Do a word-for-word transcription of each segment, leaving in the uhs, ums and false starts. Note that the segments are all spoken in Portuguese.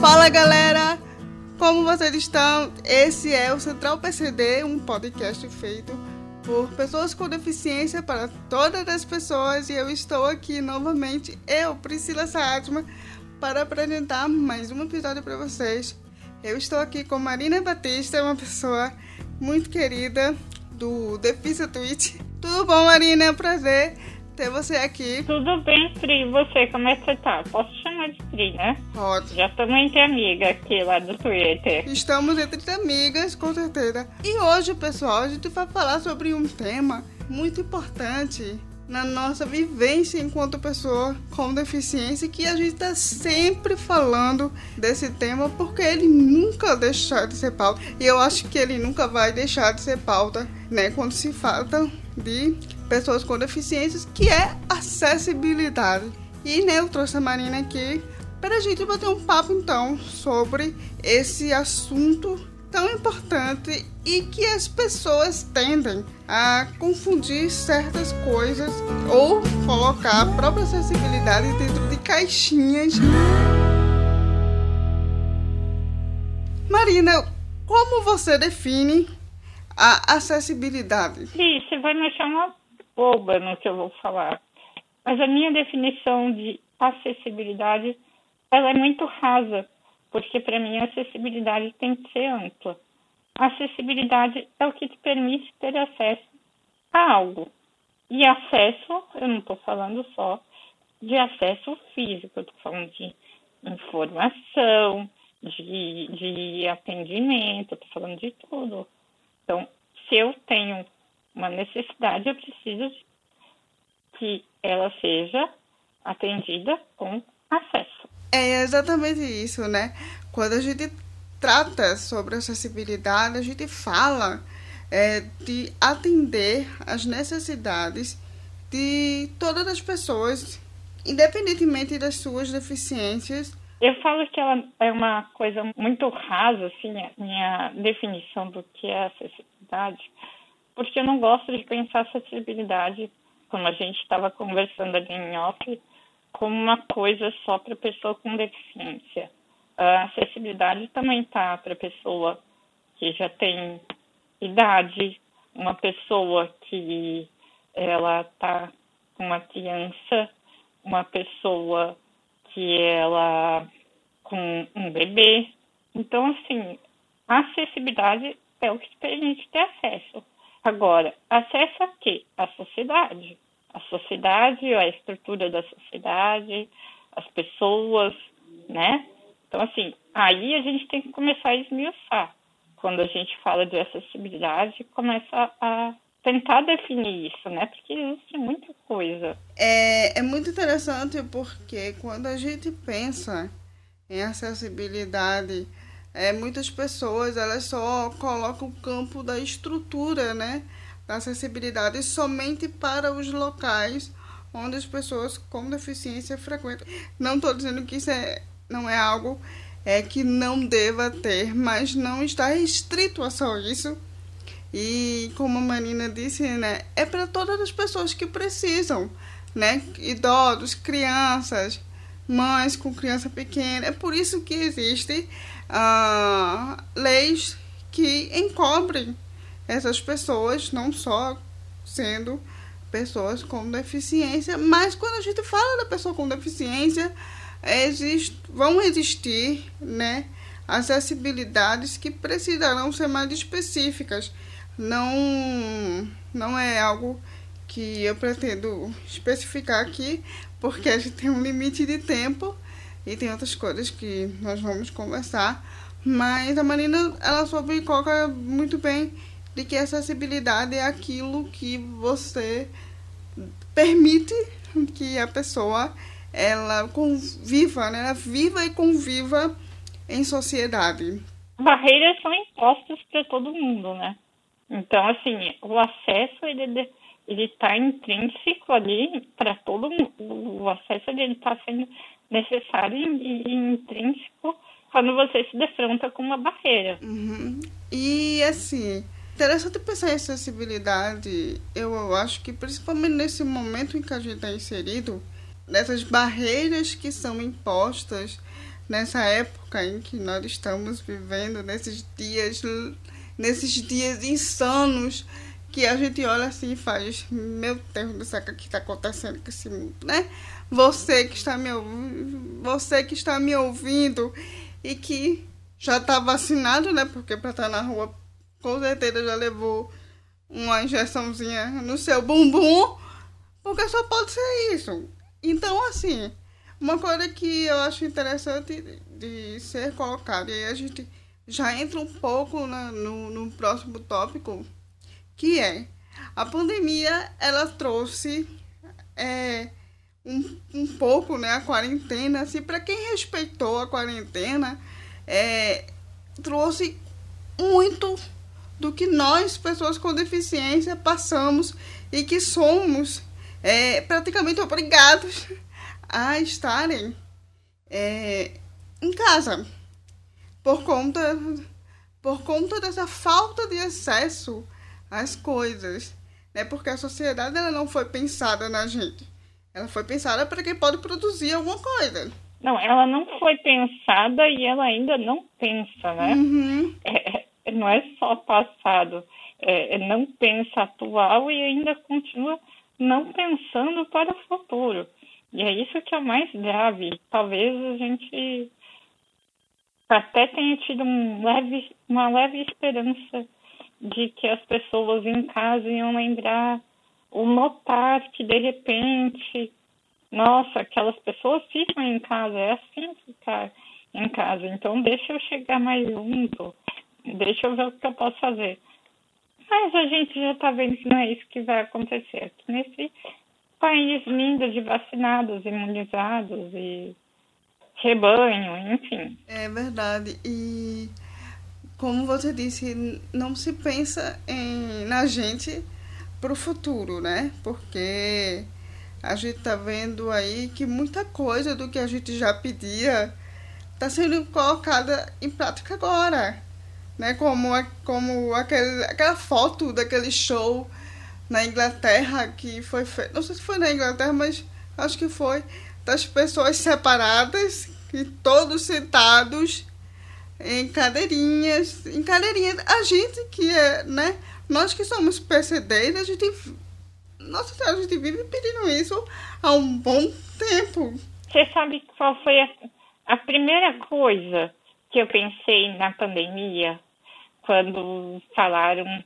Fala, galera! Como vocês estão? Esse é o Central P C D, um podcast feito por pessoas com deficiência para todas as pessoas, e eu estou aqui novamente, eu, Priscila Saadma, para apresentar mais um episódio para vocês. Eu estou aqui com Marina Batista, uma pessoa muito querida do Defisa Twitch. Tudo bom, Marina? É um prazer ter você aqui. Tudo bem, Pri. E você, como é que você tá? Posso chamar de Pri, né? Ótimo. Já estamos entre amigas aqui lá do Twitter. Estamos entre amigas, com certeza. E hoje, pessoal, a gente vai falar sobre um tema muito importante na nossa vivência enquanto pessoa com deficiência, que a gente está sempre falando desse tema porque ele nunca deixa de ser pauta. E eu acho que ele nunca vai deixar de ser pauta, né, quando se fala de pessoas com deficiências, que é acessibilidade. E, né, eu trouxe a Marina aqui para a gente bater um papo, então, sobre esse assunto tão importante e que as pessoas tendem a confundir certas coisas ou colocar a própria acessibilidade dentro de caixinhas. Marina, como você define a acessibilidade? Sim, você vai me achar uma boba no que eu vou falar, mas a minha definição de acessibilidade, ela é muito rasa. Porque, para mim, a acessibilidade tem que ser ampla. A acessibilidade é o que te permite ter acesso a algo. E acesso, eu não estou falando só de acesso físico, eu estou falando de informação, de, de atendimento, eu estou falando de tudo. Então, se eu tenho uma necessidade, eu preciso que ela seja atendida com acesso. É exatamente isso, né? Quando a gente trata sobre acessibilidade, a gente fala é, de atender às necessidades de todas as pessoas, independentemente das suas deficiências. Eu falo que ela é uma coisa muito rasa, assim, a minha definição do que é acessibilidade, porque eu não gosto de pensar acessibilidade, como a gente estava conversando ali em off, como uma coisa só para pessoa com deficiência. A acessibilidade também está para pessoa que já tem idade, uma pessoa que ela está com uma criança, uma pessoa que ela com um bebê. Então, assim, a acessibilidade é o que te permite ter acesso. Agora, acesso a quê? A sociedade. A sociedade, a estrutura da sociedade, as pessoas, né? Então, assim, aí a gente tem que começar a esmiuçar. Quando a gente fala de acessibilidade, começa a tentar definir isso, né? Porque existe muita coisa. É, é muito interessante porque quando a gente pensa em acessibilidade, é, muitas pessoas elas só colocam o campo da estrutura, né? Da acessibilidade somente para os locais onde as pessoas com deficiência frequentam. Não estou dizendo que isso é, não é algo é, que não deva ter, mas não está restrito a só isso. E como a Marina disse, né, é para todas as pessoas que precisam, né, idosos, crianças, mães com criança pequena. É por isso que existem ah, leis que encobrem essas pessoas, não só sendo pessoas com deficiência, mas quando a gente fala da pessoa com deficiência, existe, vão existir, né, acessibilidades que precisarão ser mais específicas. Não, não é algo que eu pretendo especificar aqui, porque a gente tem um limite de tempo e tem outras coisas que nós vamos conversar, mas a Marina, ela soube e coloca muito bem de que a acessibilidade é aquilo que você permite que a pessoa ela conviva, né? Ela viva e conviva em sociedade. Barreiras são impostas para todo mundo, né? Então, assim, o acesso ele ele está intrínseco ali para todo mundo. O acesso ele está sendo necessário e, e intrínseco quando você se defronta com uma barreira. Uhum. E, assim, interessante pensar em acessibilidade, eu acho que principalmente nesse momento em que a gente está inserido, nessas barreiras que são impostas, nessa época em que nós estamos vivendo, nesses dias, nesses dias insanos, que a gente olha assim e faz, meu Deus do céu, o que está acontecendo com esse mundo, né? Você que está me ouvindo, você que está me ouvindo e que já está vacinado, né? Porque para estar na rua, com certeza já levou uma injeçãozinha no seu bumbum, porque só pode ser isso. Então, assim, uma coisa que eu acho interessante de, de ser colocada, e aí a gente já entra um pouco na, no, no próximo tópico, que é a pandemia. Ela trouxe é, um, um pouco, né, a quarentena, assim, para quem respeitou a quarentena, é, trouxe muito do que nós, pessoas com deficiência, passamos e que somos é, praticamente obrigados a estarem é, em casa por conta, por conta dessa falta de acesso as coisas, né? Porque a sociedade, ela não foi pensada na gente, ela foi pensada para quem pode produzir alguma coisa. Não, ela não foi pensada e ela ainda não pensa, né? Uhum. É, não é só passado, é, não pensa atual e ainda continua não pensando para o futuro. E é isso que é o mais grave. Talvez a gente até tenha tido um leve, uma leve esperança de que as pessoas em casa iam lembrar ou notar que, de repente, nossa, aquelas pessoas ficam em casa, é assim ficar em casa, então deixa eu chegar mais junto, deixa eu ver o que eu posso fazer. Mas a gente já está vendo que não é isso que vai acontecer aqui nesse país lindo de vacinados, imunizados e rebanho, enfim. É verdade. E como você disse, não se pensa em, na gente para o futuro, né? Porque a gente está vendo aí que muita coisa do que a gente já pedia está sendo colocada em prática agora, né? Como, a, como aquele, aquela foto daquele show na Inglaterra que foi feito, não sei se foi na Inglaterra, mas acho que foi, das pessoas separadas e todos sentados em cadeirinhas, em cadeirinhas. A gente que é, né? Nós que somos P C Ds, a gente, nossa, a gente vive pedindo isso há um bom tempo. Você sabe qual foi a, a primeira coisa que eu pensei na pandemia, quando falaram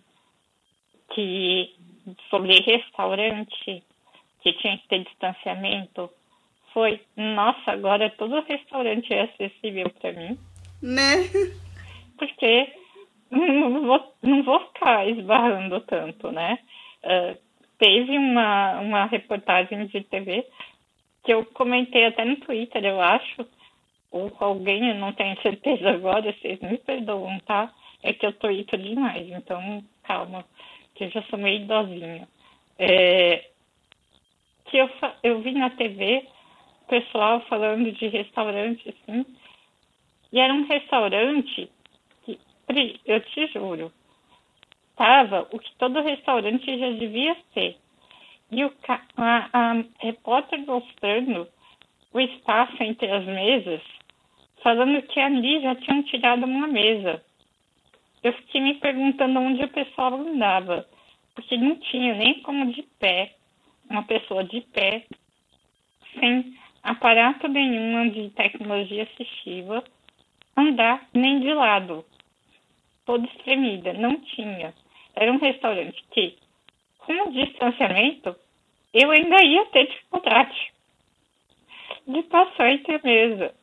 que sobre restaurante, que tinha que ter distanciamento? Foi, nossa, agora todo restaurante é acessível para mim. Né? Porque não vou, não vou ficar esbarrando tanto, né? Uh, teve uma, uma reportagem de T V que eu comentei até no Twitter, eu acho, ou com alguém, eu não tenho certeza agora, vocês me perdoam, tá? É que eu twito demais, então calma, que eu já sou meio idosinha. É, que eu, eu vi na T V o pessoal falando de restaurante, assim, e era um restaurante que, eu te juro, tava o que todo restaurante já devia ser. E o, a, a repórter mostrando o espaço entre as mesas, falando que ali já tinham tirado uma mesa. Eu fiquei me perguntando onde o pessoal andava, porque não tinha nem como de pé, uma pessoa de pé, sem aparato nenhum de tecnologia assistiva, andar nem de lado, toda espremida, não tinha. Era um restaurante que, com o distanciamento, eu ainda ia ter dificuldade de passar entre a mesa.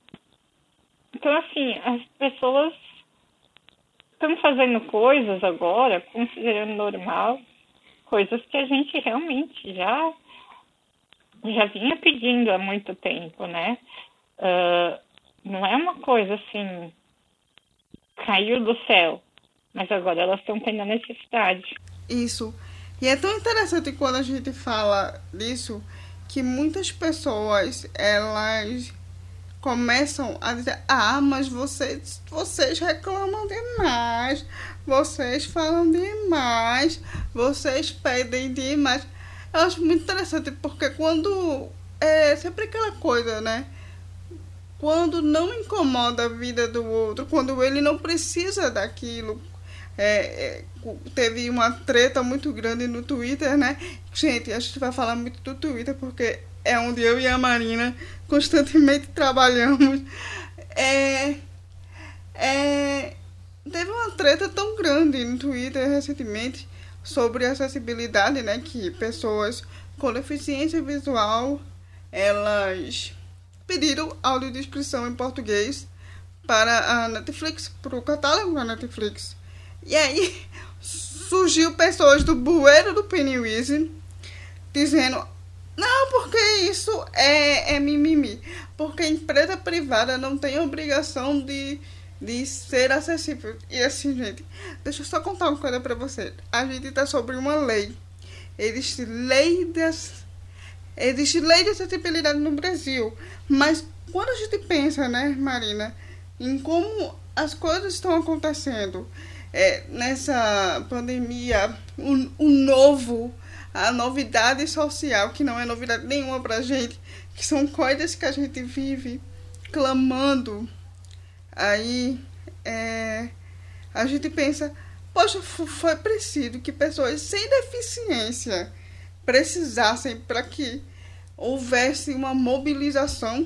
Então, assim, as pessoas estão fazendo coisas agora, considerando normal, coisas que a gente realmente já, já vinha pedindo há muito tempo, né? Uh, não é uma coisa assim, caiu do céu, mas agora elas estão tendo a necessidade. Isso. E é tão interessante quando a gente fala disso, que muitas pessoas, elas começam a dizer, ah, mas vocês, vocês reclamam demais, vocês falam demais, vocês pedem demais. Eu acho muito interessante, porque quando, é sempre aquela coisa, né? quando não incomoda a vida do outro, quando ele não precisa daquilo. É, é, teve uma treta muito grande no Twitter, né? Gente, a gente vai falar muito do Twitter porque é onde eu e a Marina constantemente trabalhamos. É, é, teve uma treta tão grande no Twitter recentemente sobre acessibilidade, né? Que pessoas com deficiência visual, elas pediram audiodescrição em português para a Netflix, para o catálogo da Netflix. E aí surgiu pessoas do bueiro do Pennywise dizendo: não, porque isso é, é mimimi. Porque a empresa privada não tem obrigação de, de ser acessível. E assim, gente, deixa eu só contar uma coisa pra você. A gente tá sobre uma lei. Existe lei das, existe lei de acessibilidade no Brasil. Mas quando a gente pensa, né, Marina, em como as coisas estão acontecendo é, nessa pandemia, o, o novo, a novidade social, que não é novidade nenhuma pra gente, que são coisas que a gente vive clamando, aí é, a gente pensa, poxa, foi preciso que pessoas sem deficiência precisassem para que houvesse uma mobilização,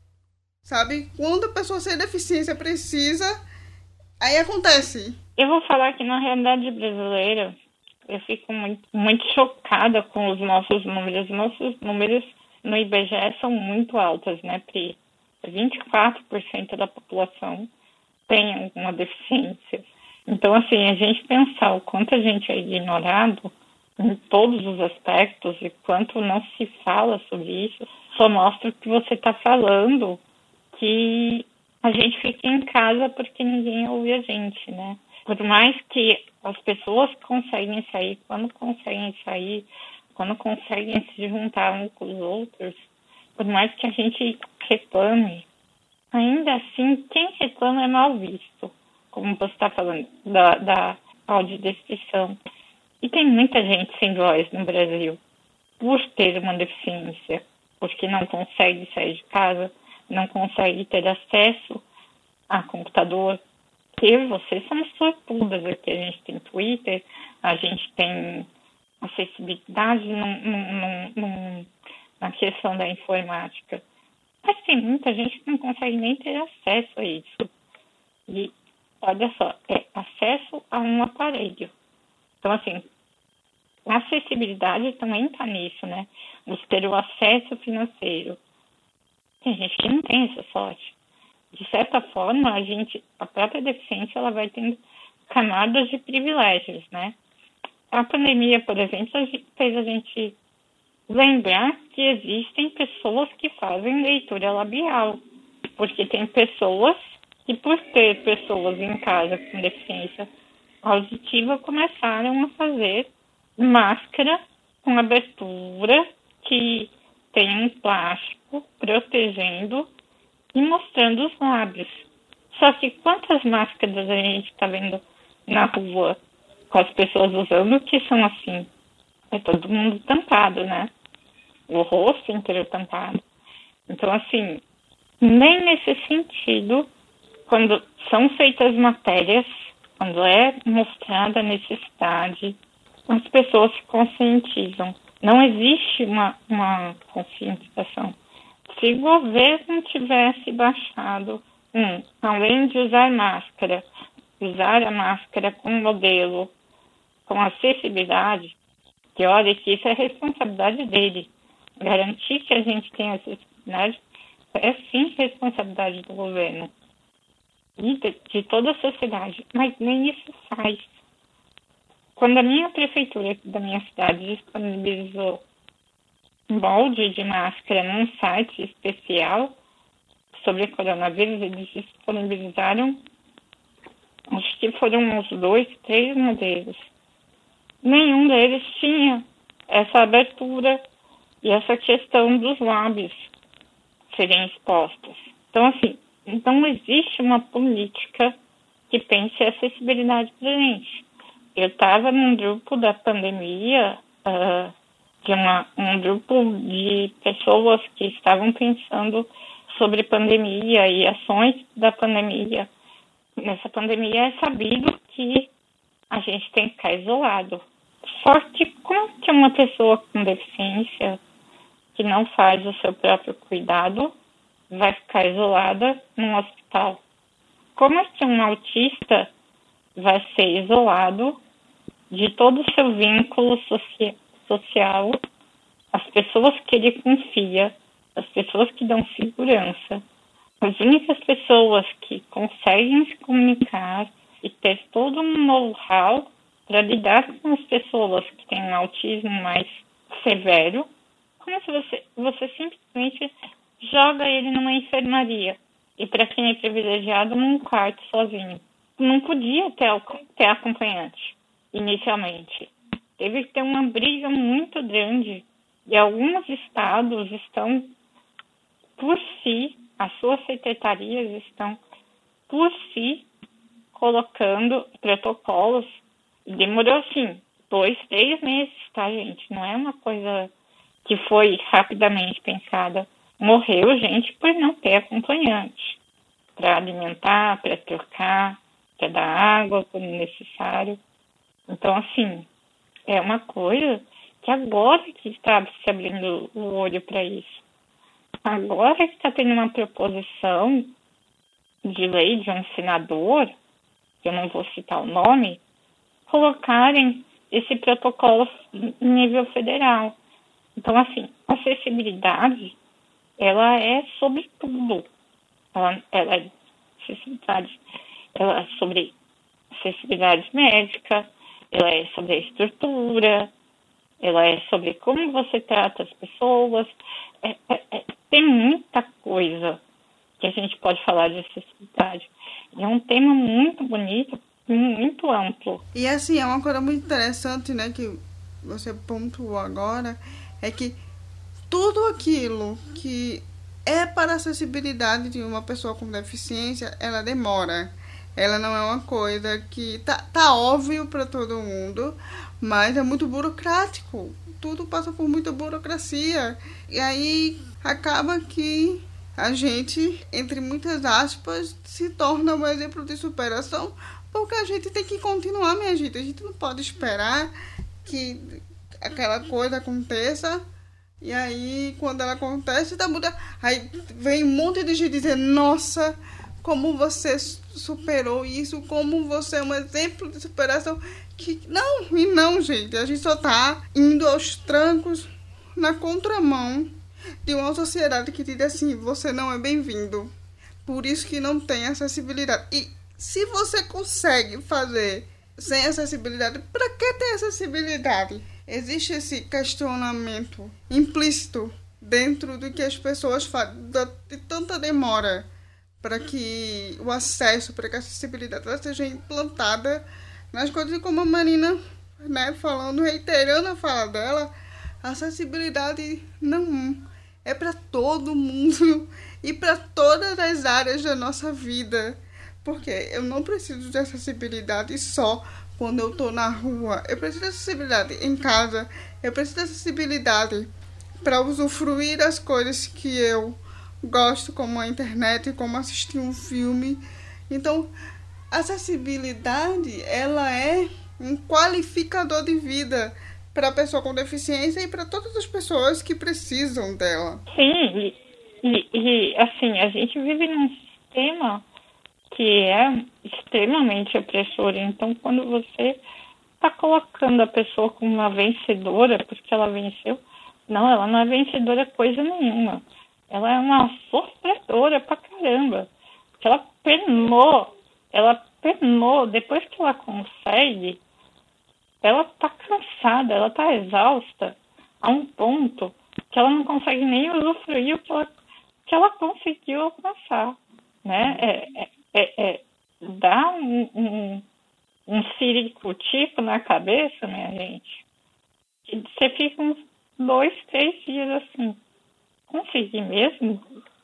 sabe? Quando a pessoa sem deficiência precisa, aí acontece. Eu vou falar que na realidade brasileira, eu fico muito, muito chocada com os nossos números. Nossos números no I B G E são muito altos, né, Pri? vinte e quatro por cento da população tem alguma deficiência. Então, assim, a gente pensar o quanto a gente é ignorado em todos os aspectos e quanto não se fala sobre isso, só mostra que você está falando que a gente fica em casa porque ninguém ouve a gente, né? Por mais que as pessoas conseguem sair, quando conseguem sair, quando conseguem se juntar uns com os outros, por mais que a gente reclame, ainda assim, quem reclama é mal visto, como você está falando, da, da audiodescrição. E tem muita gente sem voz no Brasil, por ter uma deficiência, porque não consegue sair de casa, não consegue ter acesso a computador. Eu e você somos sortudas aqui. A gente tem Twitter, a gente tem acessibilidade num, num, num, na questão da informática. Mas tem muita gente que não consegue nem ter acesso a isso. E, olha só, é acesso a um aparelho. Então, assim, a acessibilidade também está nisso, né? Você ter o acesso financeiro. Tem gente que não tem essa sorte. De certa forma, a gente, a própria deficiência, ela vai tendo camadas de privilégios, né? A pandemia, por exemplo, fez a gente lembrar que existem pessoas que fazem leitura labial, porque tem pessoas que, por ter pessoas em casa com deficiência auditiva, começaram a fazer máscara com abertura que tem um plástico protegendo e mostrando os lábios. Só que quantas máscaras a gente está vendo na rua com as pessoas usando que são assim? É todo mundo tampado, né? O rosto inteiro tampado. Então, assim, nem nesse sentido, quando são feitas matérias, quando é mostrada a necessidade, as pessoas se conscientizam. Não existe uma, uma conscientização. Se o governo tivesse baixado, um, além de usar máscara, usar a máscara com modelo, com acessibilidade, que olha que isso é responsabilidade dele. Garantir que a gente tenha acessibilidade é sim responsabilidade do governo e de, de toda a sociedade, mas nem isso faz. Quando a minha prefeitura da minha cidade disponibilizou um molde de máscara num site especial sobre coronavírus, eles disponibilizaram, acho que foram uns dois, três modelos. Nenhum deles tinha essa abertura e essa questão dos lábios serem expostos. Então, assim, não existe uma política que pense a acessibilidade para a gente. Eu estava num grupo da pandemia, uh, de uma, um grupo de pessoas que estavam pensando sobre pandemia e ações da pandemia. Nessa pandemia é sabido que a gente tem que ficar isolado. Só que como que uma pessoa com deficiência que não faz o seu próprio cuidado vai ficar isolada num hospital? Como é que um autista vai ser isolado de todo o seu vínculo socia- social, as pessoas que ele confia, as pessoas que dão segurança? As únicas pessoas que conseguem se comunicar e ter todo um know-how para lidar com as pessoas que têm um autismo mais severo, como se você, você simplesmente joga ele numa enfermaria e, para quem é privilegiado, num quarto sozinho. Não podia ter, ter acompanhante inicialmente. Teve que ter uma briga muito grande e alguns estados estão, por si, as suas secretarias estão, por si, colocando protocolos. E demorou, assim, dois, três meses, tá, gente? Não é uma coisa que foi rapidamente pensada. Morreu gente por não ter acompanhante para alimentar, para trocar, para dar água quando necessário. Então, assim, é uma coisa que agora que está se abrindo o olho para isso. Agora que está tendo uma proposição de lei de um senador, que eu não vou citar o nome, colocarem esse protocolo em nível federal. Então, assim, acessibilidade, ela é sobre tudo. Ela, ela é acessibilidade, ela é sobre acessibilidade médica, ela é sobre a estrutura, ela é sobre como você trata as pessoas. É, é, é, tem muita coisa que a gente pode falar de acessibilidade. É um tema muito bonito, muito amplo. E assim, é uma coisa muito interessante, né, que você pontuou agora, é que tudo aquilo que é para a acessibilidade de uma pessoa com deficiência, ela demora. Ela não é uma coisa que tá, tá óbvio para todo mundo, mas é muito burocrático. Tudo passa por muita burocracia. E aí acaba que a gente, entre muitas aspas, se torna um exemplo de superação, porque a gente tem que continuar, minha gente. A gente não pode esperar que aquela coisa aconteça. E aí, quando ela acontece, tá mudando. Aí vem um monte de gente dizendo, nossa, como você superou isso, como você é um exemplo de superação. Que não, e não, gente. A gente só tá indo aos trancos na contramão de uma sociedade que diz assim, você não é bem-vindo. Por isso que não tem acessibilidade. E se você consegue fazer sem acessibilidade, para que ter acessibilidade? Existe esse questionamento implícito dentro do que as pessoas fazem, de tanta demora para que o acesso, para que a acessibilidade seja implantada nas coisas. E como a Marina, né, falando, reiterando a fala dela, a acessibilidade não é para todo mundo e para todas as áreas da nossa vida. Porque eu não preciso de acessibilidade só quando eu tô na rua. Eu preciso de acessibilidade em casa. Eu preciso de acessibilidade para usufruir das coisas que eu gosto, como a internet, como assistir um filme. Então, a acessibilidade, ela é um qualificador de vida para a pessoa com deficiência e para todas as pessoas que precisam dela. Sim, e, e, e assim, a gente vive num sistema que é extremamente opressor. Então, quando você está colocando a pessoa como uma vencedora, porque ela venceu, não, ela não é vencedora coisa nenhuma. Ela é uma sofredora pra caramba. Porque ela penou, ela penou, depois que ela consegue, ela tá cansada, ela tá exausta, a um ponto que ela não consegue nem usufruir o que ela, que ela conseguiu alcançar, né? É, é, É, é, dá um, um, um ciricutico na cabeça, minha gente. E você fica uns dois, três dias assim. Consegui mesmo?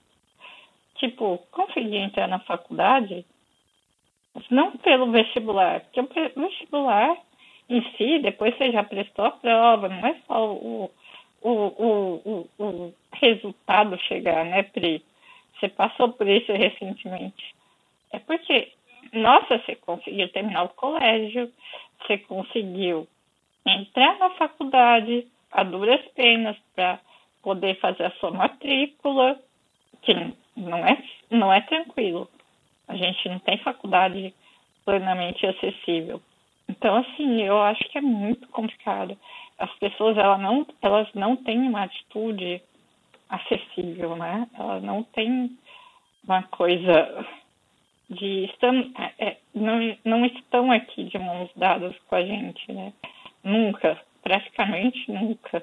Tipo, consegui entrar na faculdade? Mas não pelo vestibular. Porque o vestibular em si, depois você já prestou a prova, não é só o, o, o, o, o resultado chegar, né, Pri? você passou por isso recentemente. É porque, nossa, você conseguiu terminar o colégio, você conseguiu entrar na faculdade a duras penas para poder fazer a sua matrícula, que não é, não é tranquilo. A gente não tem faculdade plenamente acessível. Então, assim, eu acho que é muito complicado. As pessoas, elas não, elas não têm uma atitude acessível, né? Elas não têm uma coisa de... Estão, é, não, não estão aqui de mãos dadas com a gente, né? Nunca, praticamente nunca,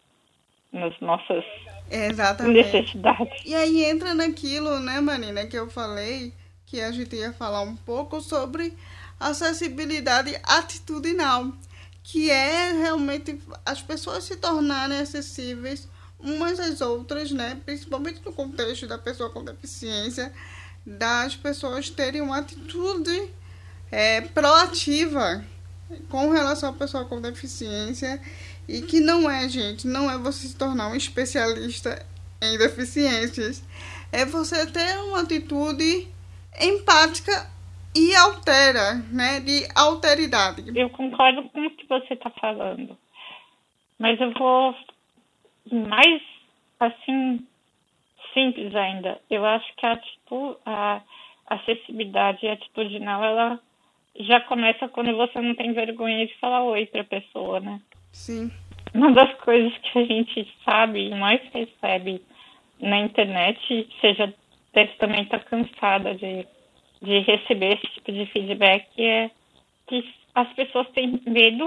nas nossas Exatamente. necessidades. E aí entra naquilo, né, Marina, que eu falei, que a gente ia falar um pouco sobre acessibilidade atitudinal, que é realmente as pessoas se tornarem acessíveis umas às outras, né? Principalmente no contexto da pessoa com deficiência, das pessoas terem uma atitude é, proativa com relação à pessoa com deficiência, e que não é, gente, não é você se tornar um especialista em deficiências, é você ter uma atitude empática e altera, né, de alteridade. Eu concordo com o que você está falando, mas eu vou mais, assim, simples ainda. Eu acho que a, atitude, a acessibilidade atitudinal, ela já começa quando você não tem vergonha de falar oi para a pessoa, né? Sim. Uma das coisas que a gente sabe e mais recebe na internet, você já deve também estar cansada de, de receber esse tipo de feedback, é que as pessoas têm medo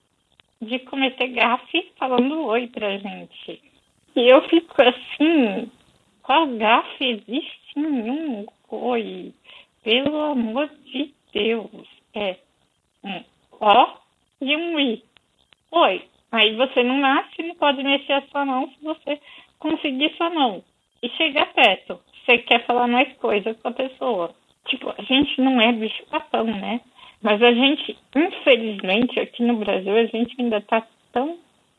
de cometer gafe falando oi pra gente. E eu fico assim, qual gafe existe em um oi? Pelo amor de Deus. É um ó e um i. Oi. Aí você não nasce, não pode mexer a sua mão se você conseguir sua mão. E chegar perto. Você quer falar mais coisa com a pessoa. Tipo, a gente não é bicho papão, né? Mas a gente, infelizmente, aqui no Brasil, a gente ainda tá tão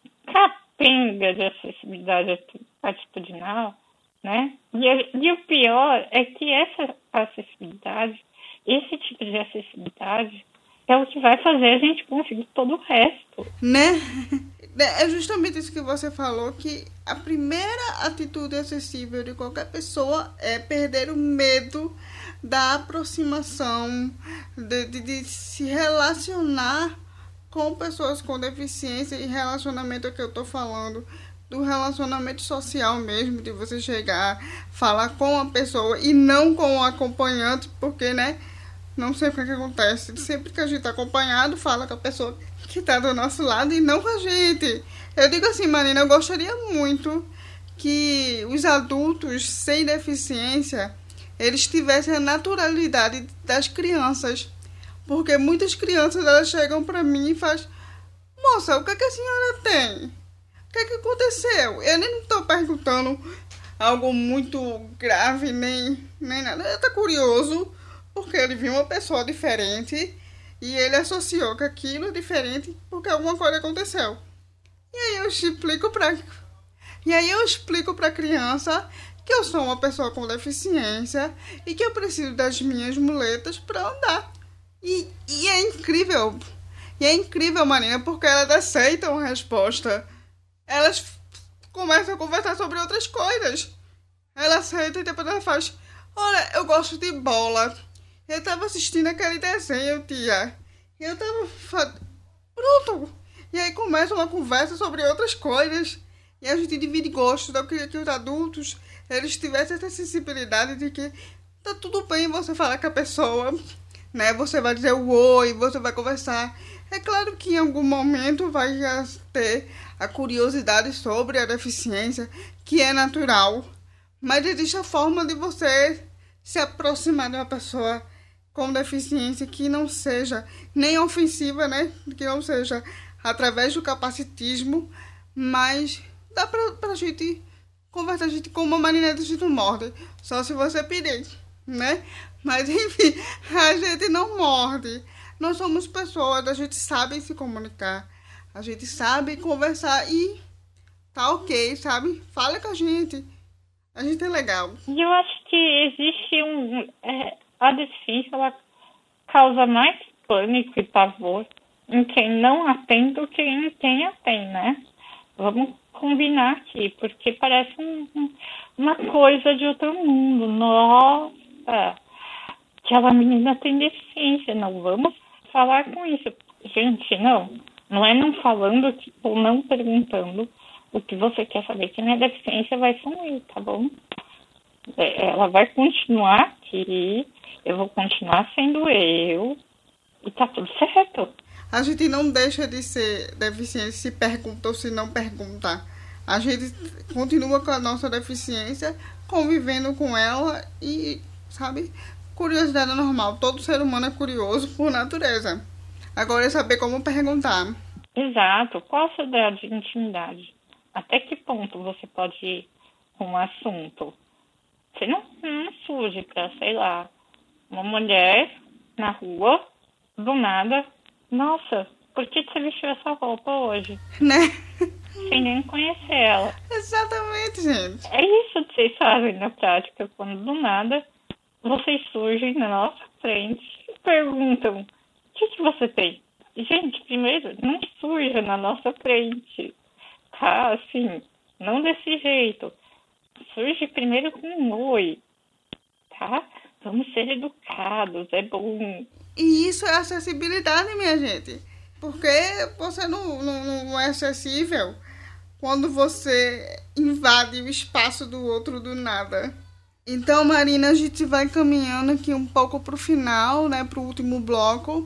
capenga de acessibilidade atitudinal, né? E, e o pior é que essa acessibilidade, esse tipo de acessibilidade, é o que vai fazer a gente conseguir todo o resto. Né? É justamente isso que você falou, que a primeira atitude acessível de qualquer pessoa é perder o medo da aproximação, de, de, de se relacionar com pessoas com deficiência. E relacionamento é que eu estou falando do relacionamento social mesmo, de você chegar, falar com a pessoa e não com o acompanhante, porque, né, não sei o que, é que acontece. Sempre que a gente está acompanhado, fala com a pessoa que está do nosso lado e não com a gente. Eu digo assim, Marina, eu gostaria muito que os adultos sem deficiência, eles tivessem a naturalidade das crianças. Porque muitas crianças, elas chegam para mim e fazem: moça, o que, é que a senhora tem? O que, é que aconteceu? Eu nem não estou perguntando algo muito grave, nem, nem nada. Ele está curioso, porque ele viu uma pessoa diferente e ele associou que aquilo é diferente porque alguma coisa aconteceu. E aí eu explico para e aí eu explico para a criança que eu sou uma pessoa com deficiência e que eu preciso das minhas muletas para andar. E, e é incrível. E é incrível, Marina, porque elas aceitam a resposta. Elas começam a conversar sobre outras coisas. Ela aceita e depois ela faz: olha, eu gosto de bola. Eu tava assistindo aquele desenho, tia. E eu tava... Pronto. E aí começa uma conversa sobre outras coisas. E a gente divide gosto. Eu queria que os adultos, eles tivessem essa sensibilidade de que tá tudo bem você falar com a pessoa, né? Você vai dizer o oi, você vai conversar. É claro que em algum momento vai ter a curiosidade sobre a deficiência, que é natural. Mas existe a forma de você se aproximar de uma pessoa com deficiência que não seja nem ofensiva, né? Que não seja através do capacitismo, mas dá pra, pra gente conversar, a gente com uma maneira de gente não morde, só se você pedir, né? Mas enfim, a gente não morde. Nós somos pessoas, a gente sabe se comunicar, a gente sabe conversar e tá ok, sabe? Fala com a gente. A gente é legal. E eu acho que existe um... É, a deficiência, ela causa mais pânico e pavor em quem não a tem do que em quem a tem, né? Vamos combinar aqui, porque parece um, um, uma coisa de outro mundo. Nossa, aquela menina tem deficiência, não vamos falar com isso. Gente, não. Não é não falando ou não perguntando o que você quer saber, que minha deficiência vai sumir, tá bom? Ela vai continuar aqui, eu vou continuar sendo eu, e tá tudo certo. A gente não deixa de ser deficiente se pergunta ou se não pergunta. A gente continua com a nossa deficiência, convivendo com ela e, sabe, curiosidade é normal. Todo ser humano é curioso por natureza. Agora é saber como perguntar. Exato. Qual a sua ideia de intimidade? Até que ponto você pode ir com um assunto? Você não, não surge pra, sei lá, uma mulher na rua, do nada, nossa, por que você vestiu essa roupa hoje? Né? Sem nem conhecer ela. Exatamente, gente. É isso que vocês fazem na prática, quando do nada vocês surgem na nossa frente e perguntam, o que, que você tem? Gente, primeiro, não surja na nossa frente, tá? Assim, não desse jeito. Surge primeiro com um oi, tá? Vamos ser educados, é bom. E isso é acessibilidade, minha gente. Porque você não, não, não é acessível quando você invade o espaço do outro do nada. Então, Marina, a gente vai caminhando aqui um pouco para o final, né, para o último bloco.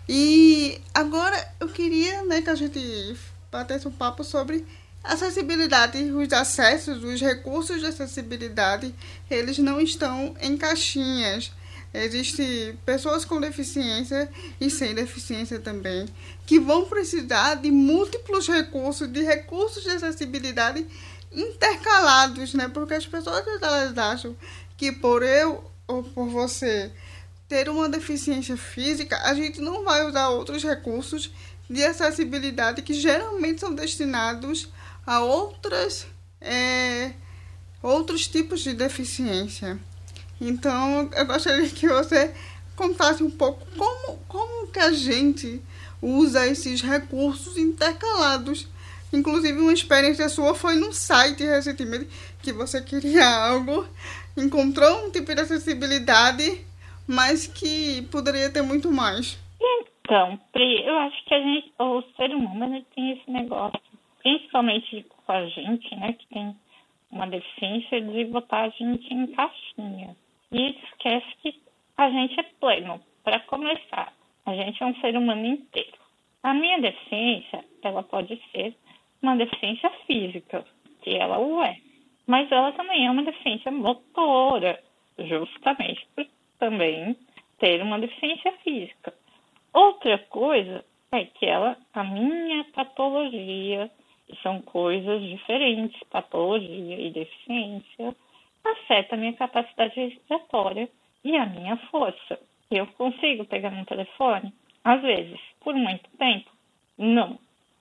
E agora eu queria, né, que a gente batesse um papo sobre acessibilidade, os acessos, os recursos de acessibilidade, eles não estão em caixinhas. Existem pessoas com deficiência e sem deficiência também, que vão precisar de múltiplos recursos, de recursos de acessibilidade intercalados, né? Porque as pessoas, elas acham que por eu ou por você ter uma deficiência física, a gente não vai usar outros recursos de acessibilidade que geralmente são destinados a outras, é, outros tipos de deficiência. Então, eu gostaria que você contasse um pouco como, como que a gente usa esses recursos intercalados. Inclusive, uma experiência sua foi no site recentemente, que você queria algo, encontrou um tipo de acessibilidade, mas que poderia ter muito mais. Então, Pri, eu acho que a gente, o ser humano, ele tem esse negócio, principalmente com a gente, né, que tem uma deficiência, de botar a gente em caixinha. E esquece que a gente é pleno. Para começar, a gente é um ser humano inteiro. A minha deficiência, ela pode ser uma deficiência física, que ela o é. Mas ela também é uma deficiência motora, justamente por também ter uma deficiência física. Outra coisa é que ela, a minha patologia, são coisas diferentes, patologia e deficiência, afeta a minha capacidade respiratória e a minha força. Eu consigo pegar um telefone? Às vezes. Por muito tempo? Não.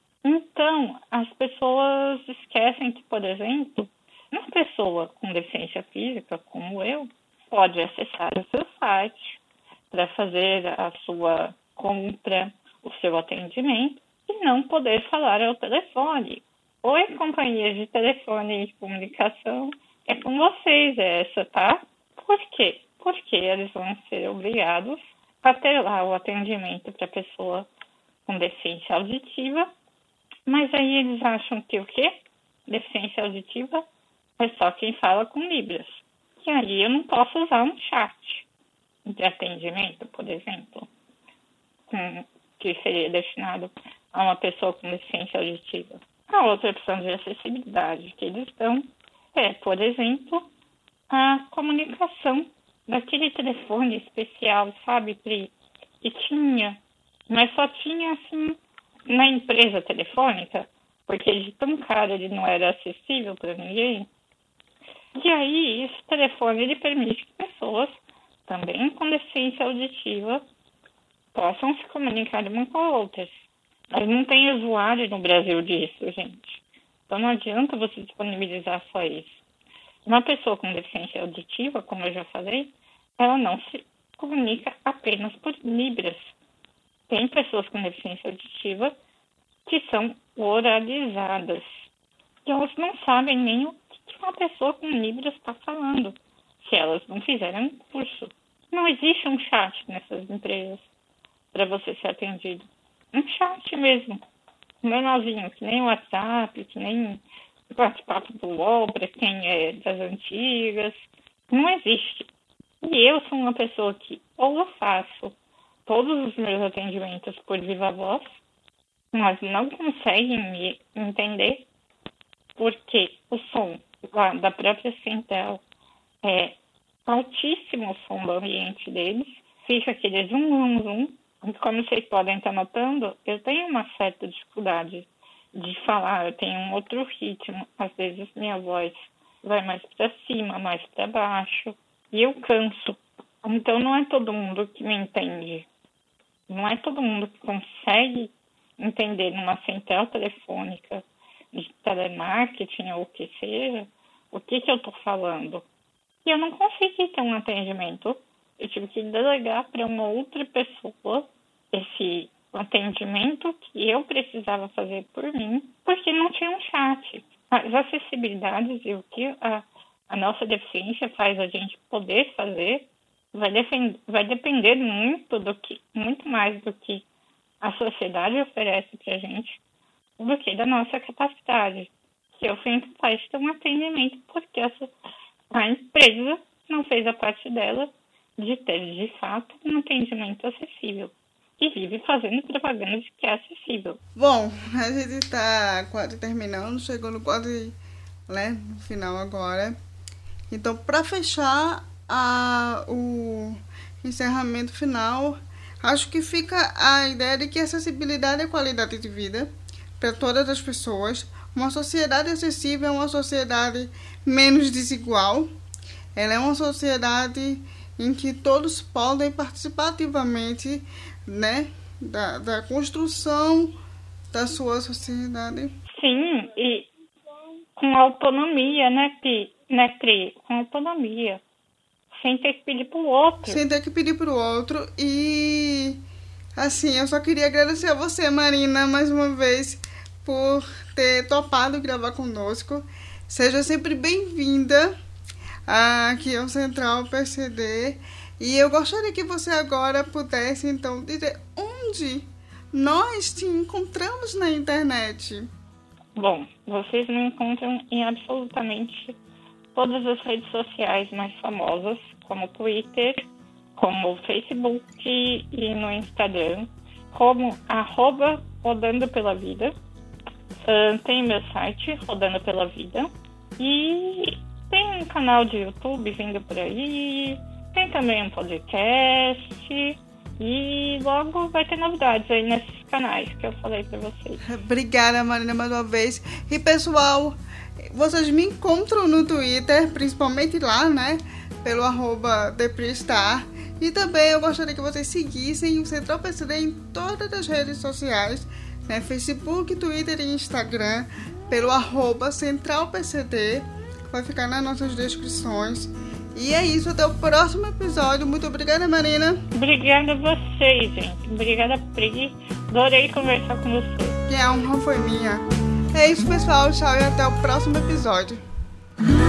Então, as pessoas esquecem que, por exemplo, uma pessoa com deficiência física, como eu, pode acessar o seu site para fazer a sua compra, o seu atendimento, e não poder falar ao telefone. Oi, companhias de telefone e de comunicação, é com vocês essa, tá? Por quê? Porque eles vão ser obrigados a ter lá o atendimento para a pessoa com deficiência auditiva, mas aí eles acham que o quê? Deficiência auditiva é só quem fala com Libras. E aí eu não posso usar um chat de atendimento, por exemplo, com, que seria destinado a uma pessoa com deficiência auditiva. A outra opção de acessibilidade que eles dão é, por exemplo, a comunicação daquele telefone especial, sabe, Pri? Que tinha, mas só tinha, assim, na empresa telefônica, porque de tão caro ele não era acessível para ninguém. E aí, esse telefone, ele permite que pessoas também com deficiência auditiva possam se comunicar umas com outras. Mas não tem usuário no Brasil disso, gente. Então não adianta você disponibilizar só isso. Uma pessoa com deficiência auditiva, como eu já falei, ela não se comunica apenas por Libras. Tem pessoas com deficiência auditiva que são oralizadas. E elas não sabem nem o que uma pessoa com Libras está falando, se elas não fizerem um curso. Não existe um chat nessas empresas para você ser atendido. Um chat mesmo. Menorzinho, que nem o WhatsApp, que nem o bate-papo do U O L, para quem é das antigas. Não existe. E eu sou uma pessoa que ou eu faço todos os meus atendimentos por viva voz, mas não conseguem me entender, porque o som lá da própria central é altíssimo, o som do ambiente deles, fica aquele zum, zum, zum. E como vocês podem estar notando, eu tenho uma certa dificuldade de falar, eu tenho um outro ritmo, às vezes minha voz vai mais para cima, mais para baixo, e eu canso. Então não é todo mundo que me entende, não é todo mundo que consegue entender numa central telefônica de telemarketing ou o que seja, o que, que eu estou falando. E eu não consegui ter um atendimento. Eu tive que delegar para uma outra pessoa esse atendimento que eu precisava fazer por mim, porque não tinha um chat. As acessibilidades e o que a, a nossa deficiência faz a gente poder fazer vai, defend, vai depender muito, do que, muito mais do que a sociedade oferece para a gente do que da nossa capacidade. Que eu fui incapaz de ter um atendimento porque essa, a empresa não fez a parte dela de ter, de fato, um atendimento acessível. E vive fazendo propaganda de que é acessível. Bom, a gente está quase terminando, chegando quase, né, no final agora. Então, para fechar a, o encerramento final, acho que fica a ideia de que acessibilidade é qualidade de vida para todas as pessoas. Uma sociedade acessível é uma sociedade menos desigual. Ela é uma sociedade em que todos podem participar ativamente, né, da, da construção da sua sociedade. Sim, e com autonomia, né, Pri? Né, Pri? Com autonomia. Sem ter que pedir pro outro. Sem ter que pedir pro outro. E, assim, eu só queria agradecer a você, Marina, mais uma vez, por ter topado gravar conosco. Seja sempre bem-vinda aqui ao Central P C D. E eu gostaria que você agora pudesse, então, dizer onde nós te encontramos na internet. Bom, vocês me encontram em absolutamente todas as redes sociais mais famosas, como o Twitter, como o Facebook e no Instagram, como arroba Rodando Pela Vida. Uh, tem meu site, Rodando Pela Vida, e tem um canal de YouTube vindo por aí, tem também um podcast, e logo vai ter novidades aí nesses canais que eu falei pra vocês. Obrigada, Marina, mais uma vez. E, pessoal, vocês me encontram no Twitter, principalmente lá, né, pelo arroba Depristar. E também eu gostaria que vocês seguissem o Central P C D em todas as redes sociais, né, Facebook, Twitter e Instagram, pelo arroba Central P C D, que vai ficar nas nossas descrições. E é isso, até o próximo episódio. Muito obrigada, Marina. Obrigada a vocês, gente. Obrigada, Pri. Adorei conversar com você. E a honra foi minha. É isso, pessoal. Tchau e até o próximo episódio.